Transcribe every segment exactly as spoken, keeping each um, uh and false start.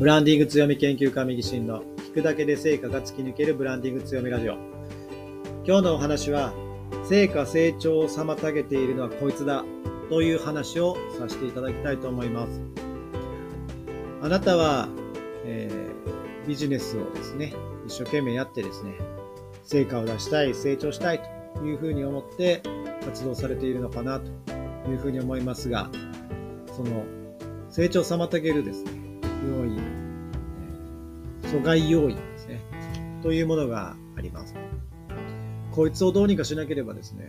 ブランディング強み研究家右進の聞くだけで成果が突き抜けるブランディング強みラジオ。今日のお話は、成果成長を妨げているのはこいつだという話をさせていただきたいと思います。あなたは、えー、ビジネスをですね、一生懸命やってですね、成果を出したい、成長したいというふうに思って活動されているのかなというふうに思いますが、その成長を妨げるですね、要因、えー、阻害要因ですね、というものがあります。こいつをどうにかしなければですね、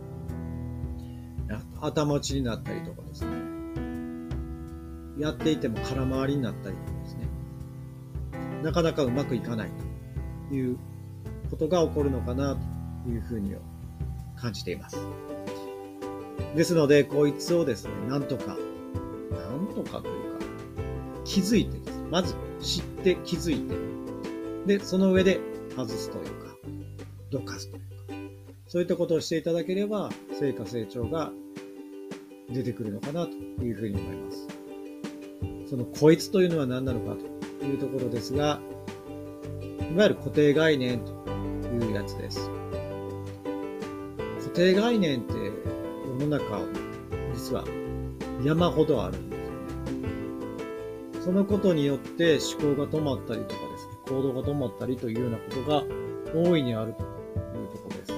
頭打ちになったりとかですね、やっていても空回りになったりとかですね、なかなかうまくいかないということが起こるのかなというふうに感じています。ですので、こいつをですね、なんとか、なんとかというか、気づいてですね、まず知って気づいて、で、その上で外すというか、どかすというか、そういったことをしていただければ、成果成長が出てくるのかなというふうに思います。そのこいつというのは何なのかというところですが、いわゆる固定概念というやつです。固定概念って世の中実は山ほどあるんですよね。そのことによって思考が止まったりとかですね、行動が止まったりというようなことが大いにあるというところです。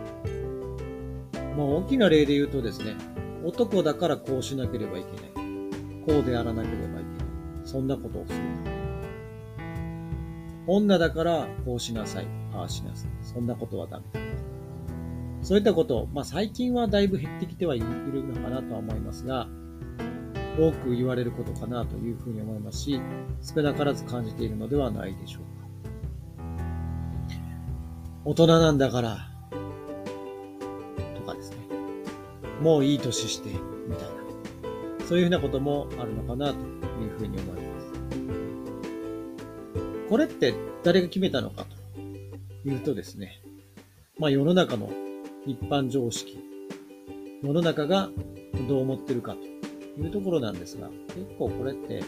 まあ大きな例で言うとですね、男だからこうしなければいけない。こうでやらなければいけない。そんなことをするな。女だからこうしなさい。ああしなさい。そんなことはダメだ。そういったことを、まあ最近はだいぶ減ってきてはいるのかなとは思いますが、多く言われることかなというふうに思いますし、少なからず感じているのではないでしょうか。大人なんだから、とかですね。もういい年して、みたいな。そういうふうなこともあるのかなというふうに思います。これって誰が決めたのかというとですね、まあ世の中の一般常識、世の中がどう思ってるかというところなんですが、結構これって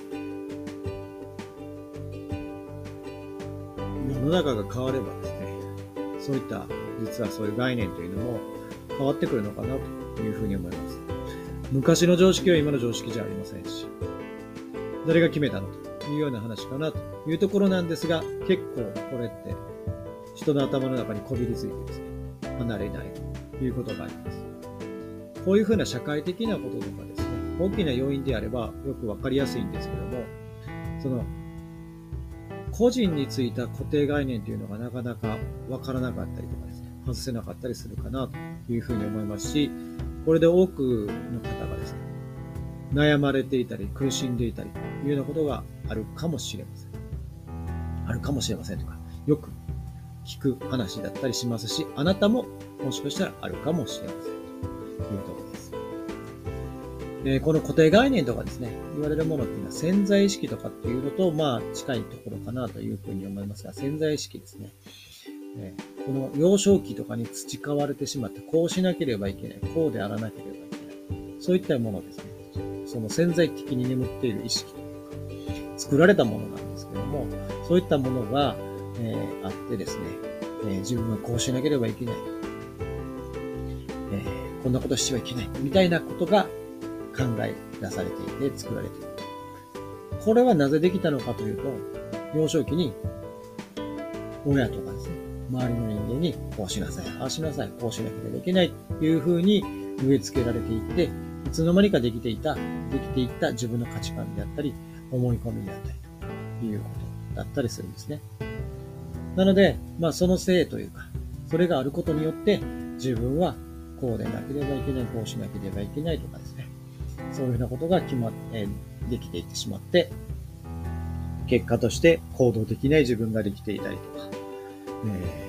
世の中が変わればですね、そういった実はそういう概念というのも変わってくるのかなというふうに思います。昔の常識は今の常識じゃありませんし、誰が決めたのというような話かなというところなんですが、結構これって人の頭の中にこびりついてですね、離れないということがあります。こういうふうな社会的なこととかですね、大きな要因であればよくわかりやすいんですけども、その個人についた固定概念というのがなかなかわからなかったりとかですね、外せなかったりするかなというふうに思いますし、これで多くの方がですね、悩まれていたり苦しんでいたりというようなことがあるかもしれません。あるかもしれませんとか、よく聞く話だったりしますし、あなたももしかしたらあるかもしれませんというところです。えー、この固定概念とかですね、言われるものっていうのは潜在意識とかっていうのと、まあ近いところかなというふうに思いますが、潜在意識ですね。えーこの幼少期とかに培われてしまって、こうしなければいけない、こうであらなければいけない。そういったものですね。その潜在的に眠っている意識というか、作られたものなんですけども、そういったものが、えー、あってですね、えー、自分はこうしなければいけない、えー、こんなことしてはいけない、みたいなことが考え出されていて作られている。これはなぜできたのかというと、幼少期に親とかですね、周りの人間にこうしなさい、ああしなさい、こうしなければいけないというふうに植え付けられていって、いつの間にかできていた、できていった自分の価値観であったり、思い込みであったりということだったりするんですね。なので、まあそのせいというか、それがあることによって、自分はこうでなければいけない、こうしなければいけないとかですね。そういうふうなことが決まって、できていってしまって、結果として行動できない自分ができていたりとか、え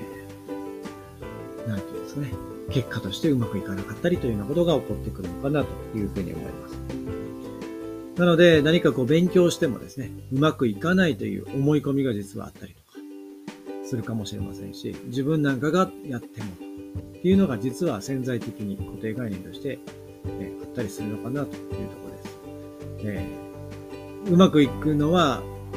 ー、なんていうんですかね。結果としてうまくいかなかったりというようなことが起こってくるのかなというふうに思います。なので、何かこう勉強してもですね、うまくいかないという思い込みが実はあったりとかするかもしれませんし、自分なんかがやってもっていうのが実は潜在的に固定概念として、えー、あったりするのかなというところです。えー、うまくいくのは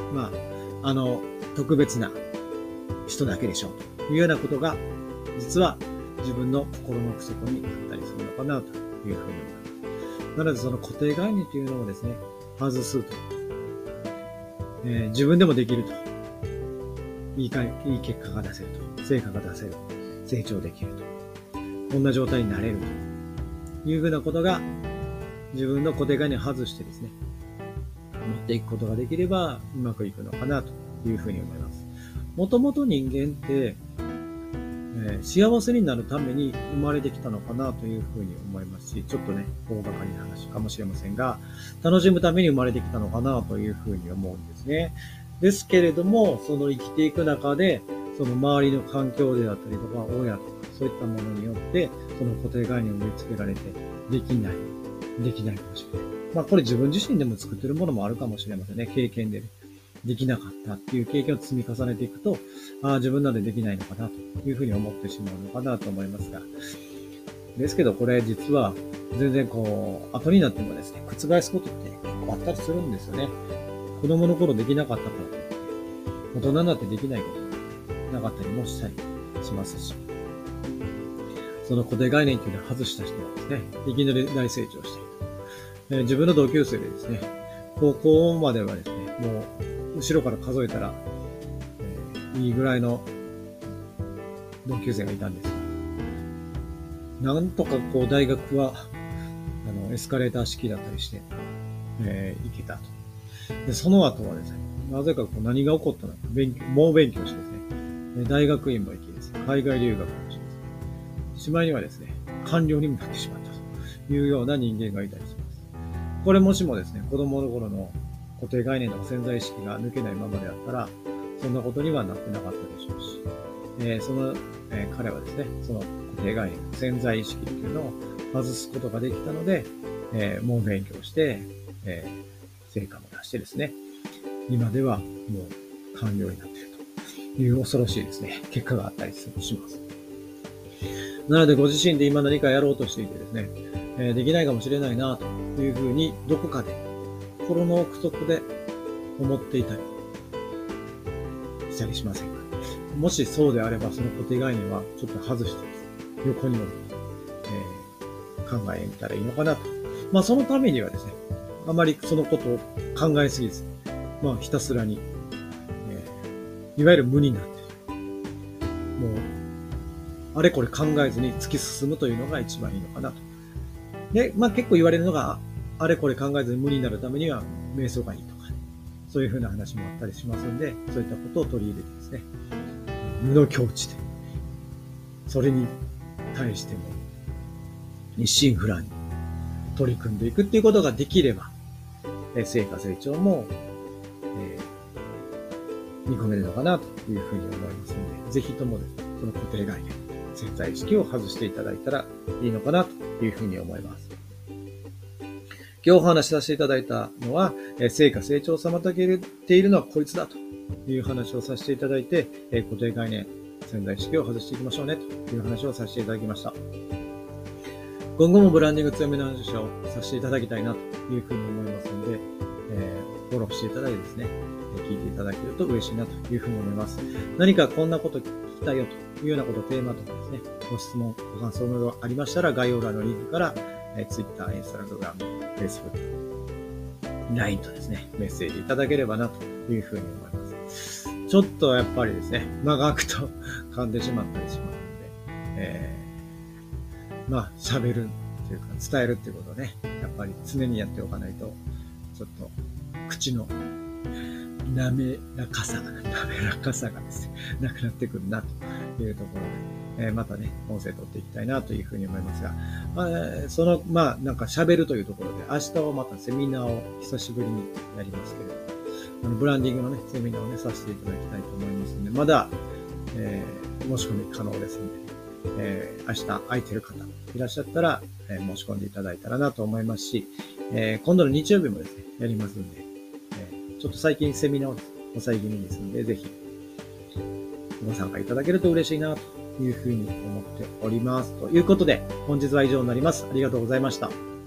まあ、あの、特別な人だけでしょうというようなことが、実は自分の心の奥底にあったりするのかなというふうに思います。なのでその固定概念というのをですね、外すと、えー、自分でもできると。いいか、いい結果が出せると。成果が出せる。成長できると。こんな状態になれるというふうなことが、自分の固定概念を外してですね、持っていくことができればうまくいくのかなというふうに思います。もともと人間って、えー、幸せになるために生まれてきたのかなというふうに思いますし、ちょっとね、大掛かりな話かもしれませんが、楽しむために生まれてきたのかなというふうに思うんですね。ですけれども、その生きていく中で、その周りの環境であったりとか、親とか、そういったものによって、その固定概念を植え付けられて、できない、できないかもしれない。まあこれ自分自身でも作ってるものもあるかもしれませんね。経験で、ね、できなかったっていう経験を積み重ねていくと、ああ、自分なんでできないのかなというふうに思ってしまうのかなと思いますが。ですけどこれ実は全然こう、後になってもですね、覆すことって結構あったりするんですよね。子供の頃できなかったからといって、大人になってできないことがなかったりもしたりしますし、その固定概念というのを外した人はですね、いきなり大成長している。えー、自分の同級生でですね、高校まではですね、もう後ろから数えたら、えー、いいぐらいの同級生がいたんですが、なんとかこう大学はあのエスカレーター式だったりして、えー、行けたと。で、その後はですね、なぜかこう何が起こったのか、勉強、猛勉強してですね、大学院も行きですね、海外留学もしてですね、しまいにはですね、官僚にもなってしまったというような人間がいたりします。これもしもですね、子供の頃の固定概念とか潜在意識が抜けないままであったら、そんなことにはなってなかったでしょうし、えー、その、えー、彼はですね、その固定概念、潜在意識っていうのを外すことができたので、えー、猛勉強して、えー、成果も出してですね、今ではもう官僚になっているという恐ろしいですね、結果があったりします。なのでご自身で今何かやろうとしていてですね、えー、できないかもしれないなというふうにどこかで心の奥底で思っていたりしたりしませんか？もしそうであればその固定概念はちょっと外して横に置いて、えー、考えてみたらいいのかなと。まあそのためにはですね、あまりそのことを考えすぎず、まあひたすらに、えー、いわゆる無になっている。もうあれこれ考えずに突き進むというのが一番いいのかなと。で、まあ結構言われるのが、あれこれ考えずに無になるためには瞑想がいいとか、ね、そういうふうな話もあったりしますので、そういったことを取り入れてですね、無の境地で、それに対しても一心不乱に取り組んでいくっていうことができれば、成果成長も、えー、見込めるのかなというふうに思いますので、ぜひともですね、その固定概念、潜在意識を外していただいたらいいのかなというふうに思います。今日お話しさせていただいたのは、成果成長を妨げているのはこいつだという話をさせていただいて、固定概念、潜在意識を外していきましょうねという話をさせていただきました。今後もブランディング強めの話をさせていただきたいなというふうに思いますので、えー、フォローしていただいてですね、聞いていただけると嬉しいなというふうに思います。何かこんなこと聞きたいよというようなこと、テーマとかですね、ご質問、ご感想などありましたら概要欄のリンクから、えー、Twitter、Instagram、Facebook、ライン とですね、メッセージいただければなというふうに思います。ちょっとやっぱりですね、長くと噛んでしまったりしますので、えー、まあ喋るというか伝えるっていうことをね、やっぱり常にやっておかないと、ちょっと口の滑らかさが、滑らかさがですね、なくなってくるなというところで、えー、またね、音声取っていきたいなというふうに思いますが、まあ、その、まあ、なんか喋るというところで、明日はまたセミナーを久しぶりにやりますけれども、あのブランディングのね、セミナーをね、させていただきたいと思いますので、まだ、えー、申し込み可能ですので、えー、明日空いてる方いらっしゃったら、えー、申し込んでいただいたらなと思いますし、えー、今度の日曜日もですね、やりますので、えー、ちょっと最近セミナーを抑え気味ですので、ぜひご参加いただけると嬉しいなというふうに思っております。ということで、本日は以上になります。ありがとうございました。